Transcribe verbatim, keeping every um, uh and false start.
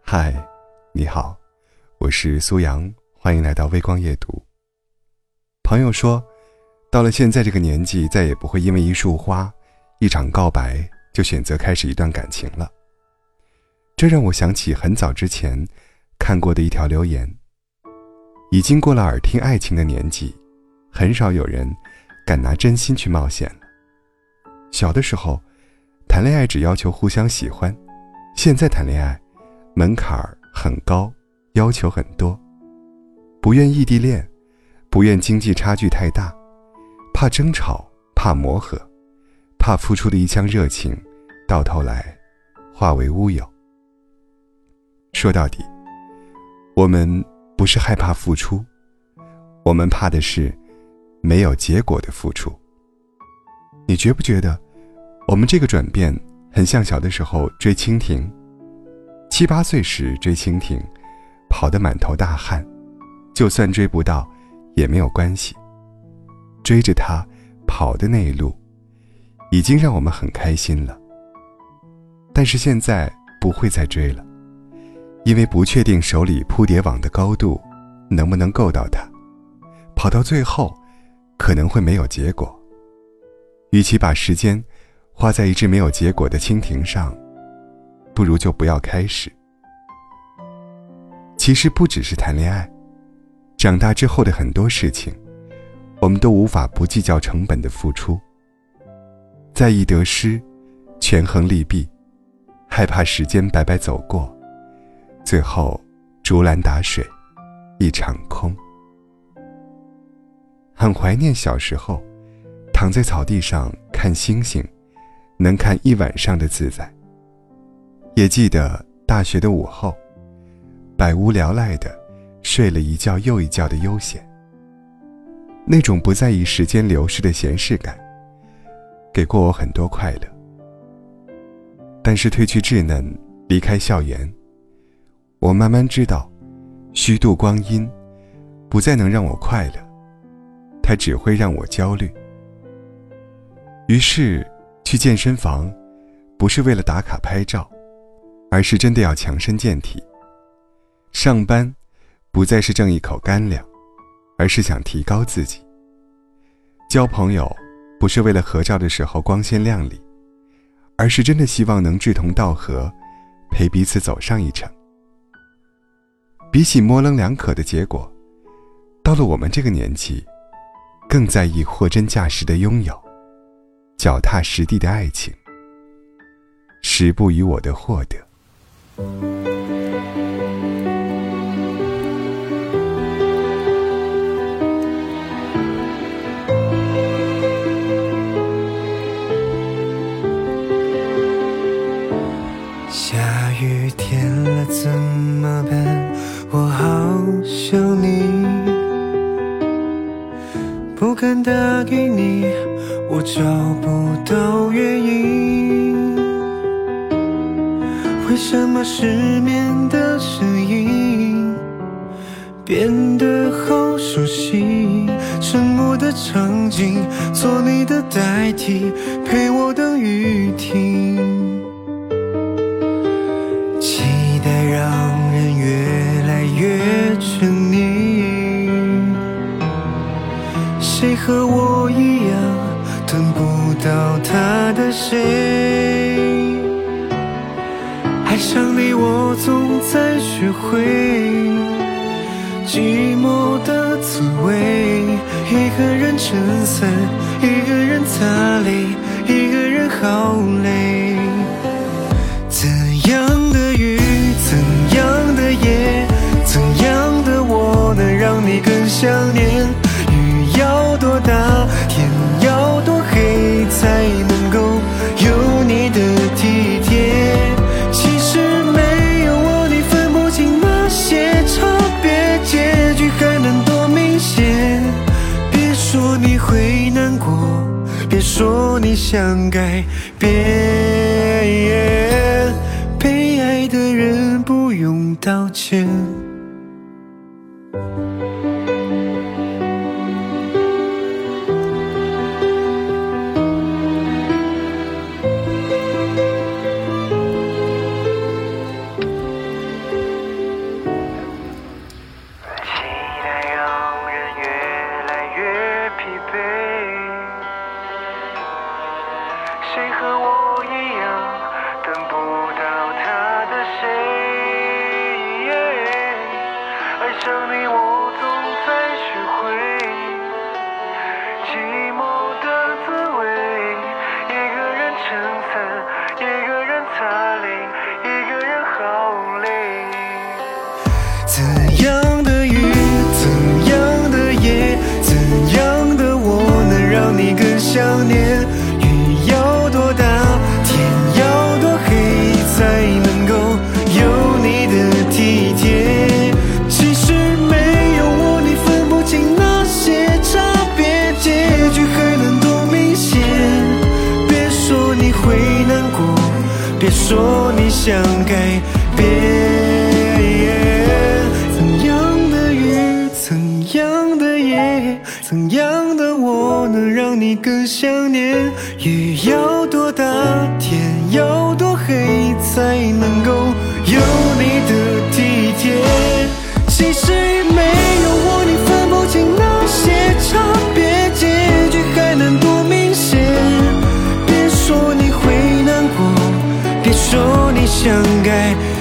嗨，你好，我是苏阳，欢迎来到微光夜读。朋友说，到了现在这个年纪，再也不会因为一束花、一场告白就选择开始一段感情了。这让我想起很早之前看过的一条留言。已经过了耳听爱情的年纪，很少有人敢拿真心去冒险了。小的时候，谈恋爱只要求互相喜欢，现在谈恋爱门槛很高，要求很多，不愿异地恋，不愿经济差距太大，怕争吵，怕磨合，怕付出的一腔热情到头来化为乌有。说到底，我们不是害怕付出，我们怕的是没有结果的付出。你觉不觉得我们这个转变很像小的时候追蜻蜓？七八岁时追蜻蜓，跑得满头大汗，就算追不到也没有关系。追着它跑的那一路，已经让我们很开心了。但是现在不会再追了，因为不确定手里扑蝶网的高度能不能够到它，跑到最后可能会没有结果。与其把时间花在一只没有结果的蜻蜓上，不如就不要开始。其实不只是谈恋爱，长大之后的很多事情，我们都无法不计较成本的付出，在意得失，权衡利弊，害怕时间白白走过，最后竹篮打水一场空。很怀念小时候躺在草地上看星星，能看一晚上的自在。也记得大学的午后，百无聊赖的睡了一觉又一觉的悠闲，那种不在意时间流逝的闲适感，给过我很多快乐。但是褪去稚嫩，离开校园，我慢慢知道，虚度光阴不再能让我快乐，它只会让我焦虑。于是去健身房，不是为了打卡拍照，而是真的要强身健体。上班不再是挣一口干粮，而是想提高自己。交朋友不是为了合照的时候光鲜亮丽，而是真的希望能志同道合，陪彼此走上一程。比起模棱两可的结果，到了我们这个年纪，更在意货真价实的拥有，脚踏实地的爱情，时不与我的获得。 下雨天了怎么办？我好想你，不敢打给你，我找不到原因。为什么失眠的声音变得好熟悉？沉默的场景，做你的代替，陪我等雨停。期待让人越来越沉溺，谁和我一样等不到他的谁？爱上你我总在学会寂寞的滋味，一个人撑伞，一个人擦泪，一个人好累。怎样的雨，怎样的夜，怎样的我能让你更想念？雨要多大，天要多黑，才能够有你的体贴？其实没有我，你分不清那些差别，结局还能多明显？别说你会难过，别说你想改变，被爱的人不用道歉。 谁和我一样等不到他的谁？爱上你我总在学会寂寞的滋味，一个人撑伞，一个人擦泪，一个人好累。怎样的雨，怎样的夜，怎样的我能让你更想念？雨要多大，天要多黑，才能够有你的体贴？其实没有我，你分不清那些差别，结局还能多明显？别说你会难过，别说你想改变。怎样的雨，怎样的夜，怎样的我能让你更想念？雨要多大，天要多黑，才能够有你的体贴？其实没有我，你分不清那些差别，结局还能多明显？别说你会难过，别说你想改